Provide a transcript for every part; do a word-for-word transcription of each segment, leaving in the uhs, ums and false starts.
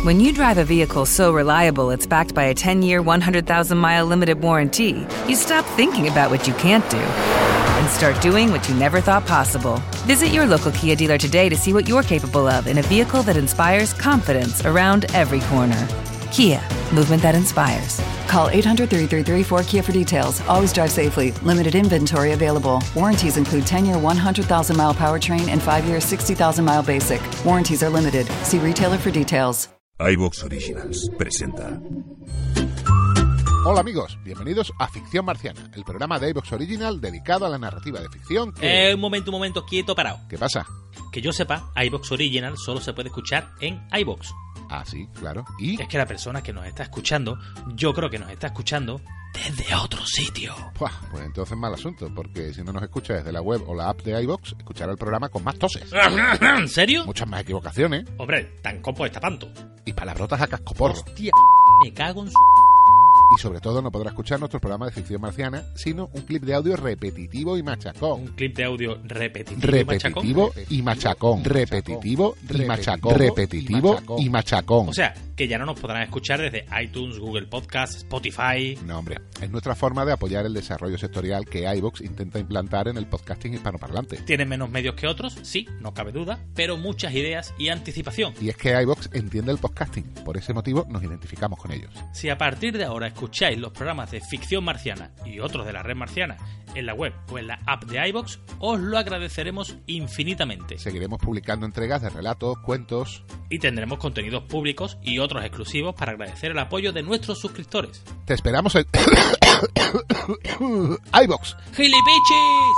When you drive a vehicle so reliable it's backed by a ten-year, one hundred thousand mile limited warranty, you stop thinking about what you can't do and start doing what you never thought possible. Visit your local Kia dealer today to see what you're capable of in a vehicle that inspires confidence around every corner. Kia, movement that inspires. Call eight hundred, three three three, four K I A for details. Always drive safely. Limited inventory available. Warranties include ten-year, one hundred thousand mile powertrain and five-year, sixty thousand mile basic. Warranties are limited. See retailer for details. iVox Originals presenta. Hola amigos, bienvenidos a Ficción Marciana, el programa de iVox Original dedicado a la narrativa de ficción que... Eh, un momento, un momento, quieto, parado. ¿Qué pasa? Que yo sepa, iVox Original solo se puede escuchar en iVox. Ah, sí, claro. ¿Y? Es que la persona que nos está escuchando, yo creo que nos está escuchando desde otro sitio. Puah, pues entonces mal asunto, porque si no nos escucha desde la web o la app de iVox, escuchará el programa con más toses. ¿En serio? Muchas más equivocaciones. Hombre, tan copo está panto. Y palabrotas a cascoporro. Hostia, me cago en su... Y sobre todo no podrá escuchar nuestro programa de Ficción Marciana, sino un clip de audio repetitivo y machacón. Un clip de audio repetitivo, repetitivo y machacón. Repetitivo y machacón. Repetitivo y machacón. O sea, que ya no nos podrán escuchar desde iTunes, Google Podcast, Spotify... No, hombre, es nuestra forma de apoyar el desarrollo sectorial que iVox intenta implantar en el podcasting hispanoparlante. ¿Tienen menos medios que otros? Sí, no cabe duda, pero muchas ideas y anticipación. Y es que iVox entiende el podcasting, por ese motivo nos identificamos con ellos. Si a partir de ahora escucháis los programas de Ficción Marciana y otros de la Red Marciana en la web o en la app de iVox, os lo agradeceremos infinitamente. Seguiremos publicando entregas de relatos, cuentos... Y tendremos contenidos públicos y otros exclusivos para agradecer el apoyo de nuestros suscriptores. ¡Te esperamos en... iVox! ¡Gilipichis!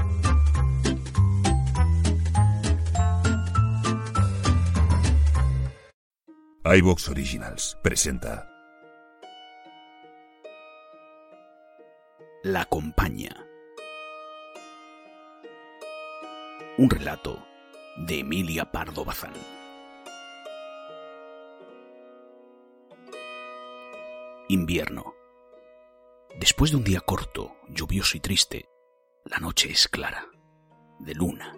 iVox Originals presenta La Compañía. Un relato de Emilia Pardo Bazán. Invierno. Después de un día corto, lluvioso y triste, la noche es clara, de luna.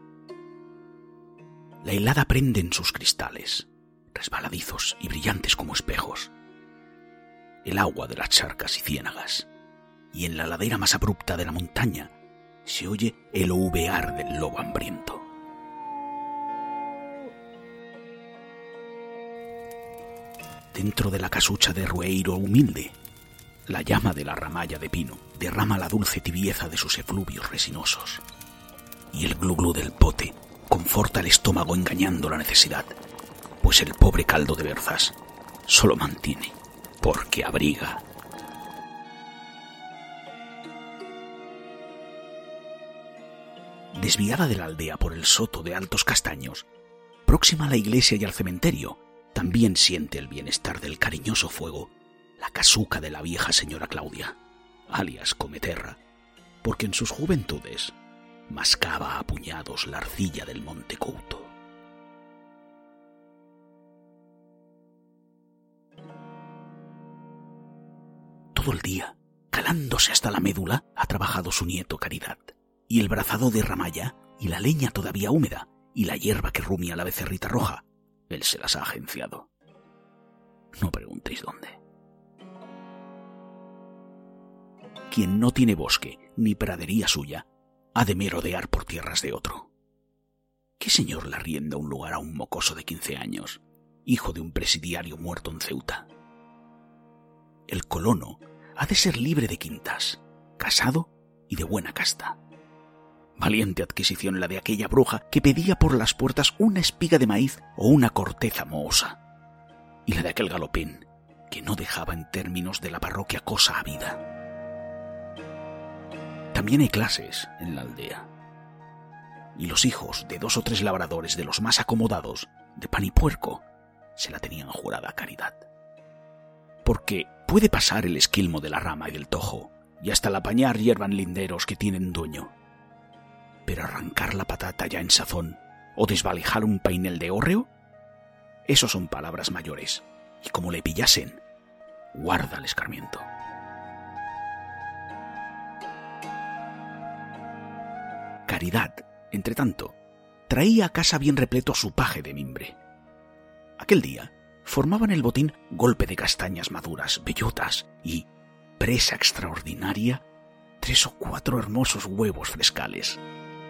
La helada prende en sus cristales, resbaladizos y brillantes como espejos. El agua de las charcas y ciénagas, y en la ladera más abrupta de la montaña se oye el ovear del lobo hambriento. Dentro de la casucha de Rueiro humilde, la llama de la ramalla de pino derrama la dulce tibieza de sus efluvios resinosos, y el glu glu del pote conforta el estómago engañando la necesidad, pues el pobre caldo de berzas solo mantiene porque abriga. Desviada de la aldea por el soto de altos castaños, próxima a la iglesia y al cementerio, también siente el bienestar del cariñoso fuego la casuca de la vieja señora Claudia, alias Cometerra, porque en sus juventudes mascaba a puñados la arcilla del Monte Couto. Todo el día, calándose hasta la médula, ha trabajado su nieto Caridad, y el brazado de ramalla, y la leña todavía húmeda, y la hierba que rumia la becerrita roja, él se las ha agenciado. No preguntéis dónde. Quien no tiene bosque ni pradería suya, ha de merodear por tierras de otro. ¿Qué señor le arrienda un lugar a un mocoso de quince años, hijo de un presidiario muerto en Ceuta? El colono ha de ser libre de quintas, casado y de buena casta. Valiente adquisición la de aquella bruja que pedía por las puertas una espiga de maíz o una corteza mohosa, y la de aquel galopín que no dejaba en términos de la parroquia cosa habida. También hay clases en la aldea, y los hijos de dos o tres labradores de los más acomodados, de pan y puerco, se la tenían jurada a Caridad. Porque puede pasar el esquilmo de la rama y del tojo, y hasta la pañar hiervan linderos que tienen dueño. Pero arrancar la patata ya en sazón o desvalijar un painel de hórreo, esos son palabras mayores, y como le pillasen, guarda el escarmiento. Caridad, entre tanto, traía a casa bien repleto su paje de mimbre. Aquel día formaban el botín golpe de castañas maduras, bellotas y, presa extraordinaria, tres o cuatro hermosos huevos frescales.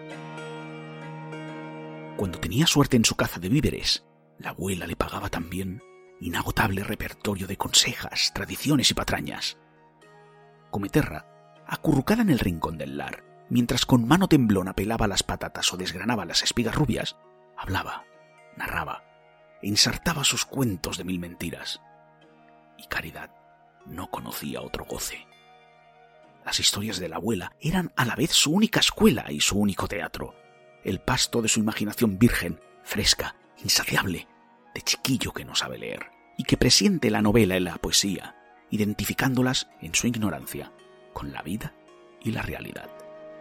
Cuando tenía suerte en su caza de víveres, la abuela le pagaba también inagotable repertorio de consejas, tradiciones y patrañas. Cometerra, acurrucada en el rincón del lar, mientras con mano temblona pelaba las patatas o desgranaba las espigas rubias, hablaba, narraba, ensartaba sus cuentos de mil mentiras. Y Caridad no conocía otro goce. Las historias de la abuela eran a la vez su única escuela y su único teatro, el pasto de su imaginación virgen, fresca, insaciable, de chiquillo que no sabe leer y que presiente la novela y la poesía, identificándolas en su ignorancia con la vida y la realidad.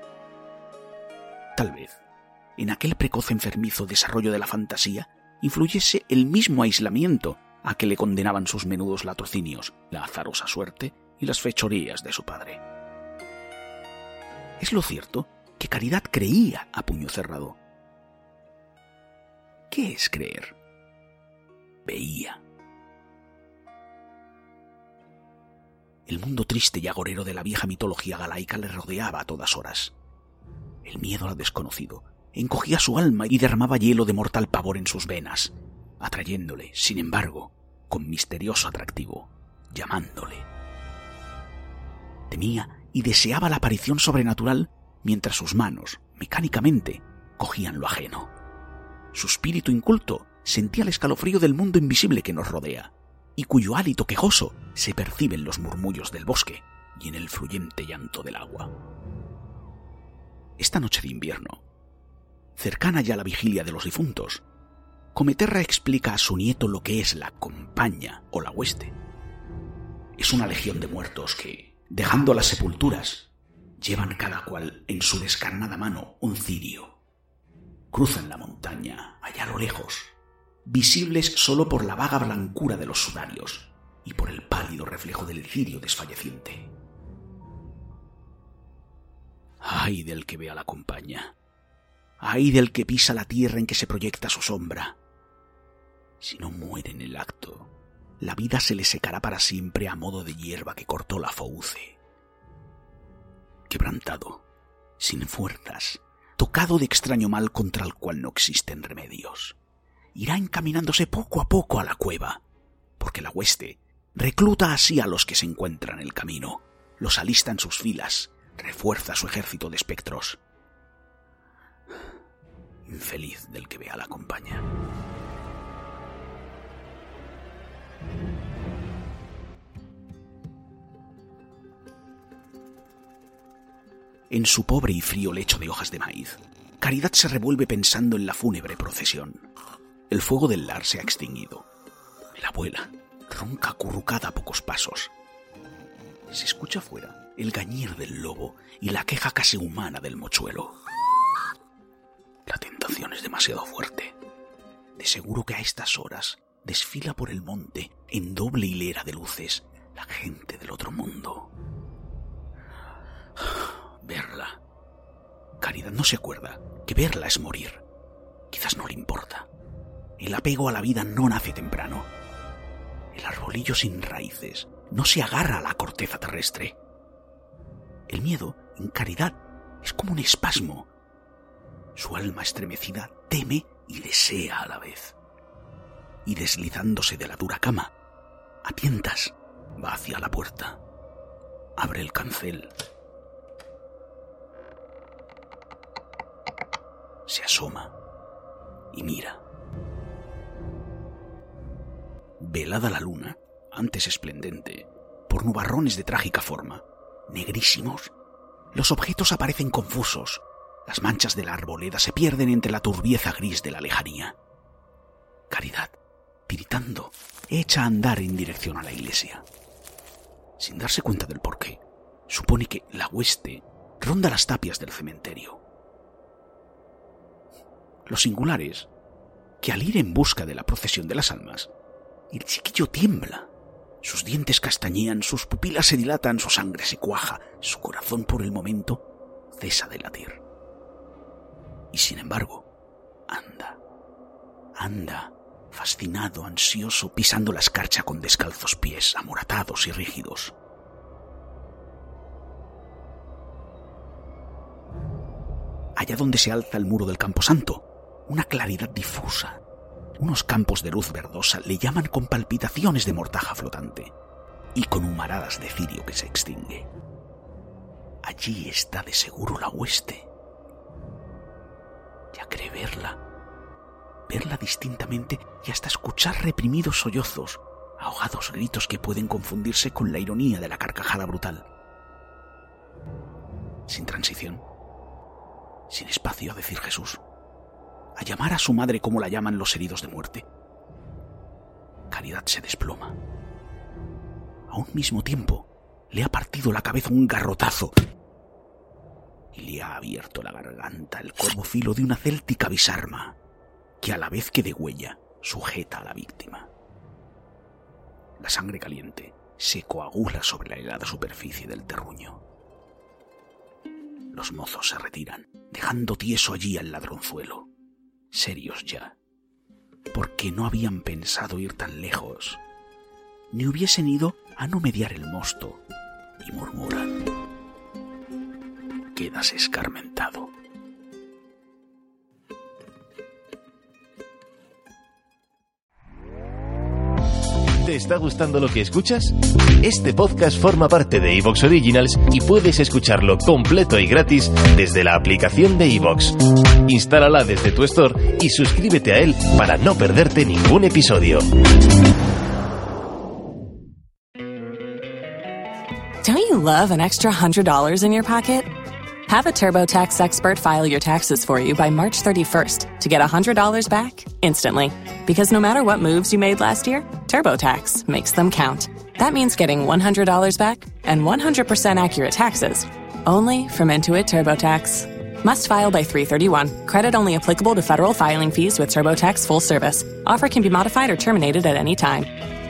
Tal vez, en aquel precoz enfermizo desarrollo de la fantasía, influyese el mismo aislamiento a que le condenaban sus menudos latrocinios, la azarosa suerte y las fechorías de su padre. Es lo cierto que Caridad creía a puño cerrado. ¿Qué es creer? Veía. El mundo triste y agorero de la vieja mitología galaica le rodeaba a todas horas. El miedo a lo desconocido encogía su alma y derramaba hielo de mortal pavor en sus venas, atrayéndole, sin embargo, con misterioso atractivo, llamándole. Temía y deseaba la aparición sobrenatural mientras sus manos, mecánicamente, cogían lo ajeno. Su espíritu inculto sentía el escalofrío del mundo invisible que nos rodea y cuyo hálito quejoso se percibe en los murmullos del bosque y en el fluyente llanto del agua. Esta noche de invierno, cercana ya a la vigilia de los difuntos, Cometerra explica a su nieto lo que es la compaña o la hueste. Es una legión de muertos que, dejando las sepulturas, llevan cada cual en su descarnada mano un cirio. Cruzan la montaña allá a lo lejos, visibles solo por la vaga blancura de los sudarios y por el pálido reflejo del cirio desfalleciente. ¡Ay del que ve a la compañía! ¡Ay del que pisa la tierra en que se proyecta su sombra! Si no muere en el acto, la vida se le secará para siempre a modo de hierba que cortó la fauce. Quebrantado, sin fuerzas, tocado de extraño mal contra el cual no existen remedios, irá encaminándose poco a poco a la cueva, porque la hueste recluta así a los que se encuentran en el camino, los alista en sus filas, refuerza su ejército de espectros. Infeliz del que vea la compañía. En su pobre y frío lecho de hojas de maíz, Caridad se revuelve pensando en la fúnebre procesión. El fuego del lar se ha extinguido. La abuela ronca acurrucada a pocos pasos. Se escucha fuera el gañir del lobo y la queja casi humana del mochuelo. La tentación es demasiado fuerte. De seguro que a estas horas desfila por el monte en doble hilera de luces la gente del otro mundo. Verla. Caridad no se acuerda que verla es morir. Quizás no le importa. El apego a la vida no nace temprano. El arbolillo sin raíces no se agarra a la corteza terrestre. El miedo, en Caridad, es como un espasmo. Su alma estremecida teme y desea a la vez. Y deslizándose de la dura cama, a tientas va hacia la puerta. Abre el cancel. Se asoma y mira. Velada la luna, antes esplendente, por nubarrones de trágica forma, negrísimos, los objetos aparecen confusos, las manchas de la arboleda se pierden entre la turbieza gris de la lejanía. Caridad, tiritando, echa a andar en dirección a la iglesia. Sin darse cuenta del porqué, supone que la hueste ronda las tapias del cementerio. Lo singular es que al ir en busca de la procesión de las almas, el chiquillo tiembla, sus dientes castañean, sus pupilas se dilatan, su sangre se cuaja, su corazón por el momento cesa de latir. Y sin embargo, anda, anda, fascinado, ansioso, pisando la escarcha con descalzos pies, amoratados y rígidos. Allá donde se alza el muro del camposanto, una claridad difusa, unos campos de luz verdosa le llaman con palpitaciones de mortaja flotante y con humaradas de cirio que se extingue. Allí está de seguro la hueste. Ya cree verla, verla distintamente y hasta escuchar reprimidos sollozos, ahogados gritos que pueden confundirse con la ironía de la carcajada brutal. Sin transición, sin espacio a decir Jesús, a llamar a su madre como la llaman los heridos de muerte. Caridad se desploma. A un mismo tiempo le ha partido la cabeza un garrotazo y le ha abierto la garganta el corvo filo de una céltica bisarma que a la vez que degüella sujeta a la víctima. La sangre caliente se coagula sobre la helada superficie del terruño. Los mozos se retiran, dejando tieso allí al ladronzuelo, serios ya, porque no habían pensado ir tan lejos, ni hubiesen ido a no mediar el mosto, y murmuran: quedas escarmentado. ¿Te está gustando lo que escuchas? Este podcast forma parte de iVoox Originals y puedes escucharlo completo y gratis desde la aplicación de iVoox. Instálala desde tu store y suscríbete a él para no perderte ningún episodio. Don't you love an extra one hundred dollars in your pocket? Have a TurboTax expert file your taxes for you by March thirty-first to get one hundred dollars back instantly. Because no matter what moves you made last year, TurboTax makes them count. That means getting one hundred dollars back and one hundred percent accurate taxes, only from Intuit TurboTax. Must file by three thirty-one. Credit only applicable to federal filing fees with TurboTax full service. Offer can be modified or terminated at any time.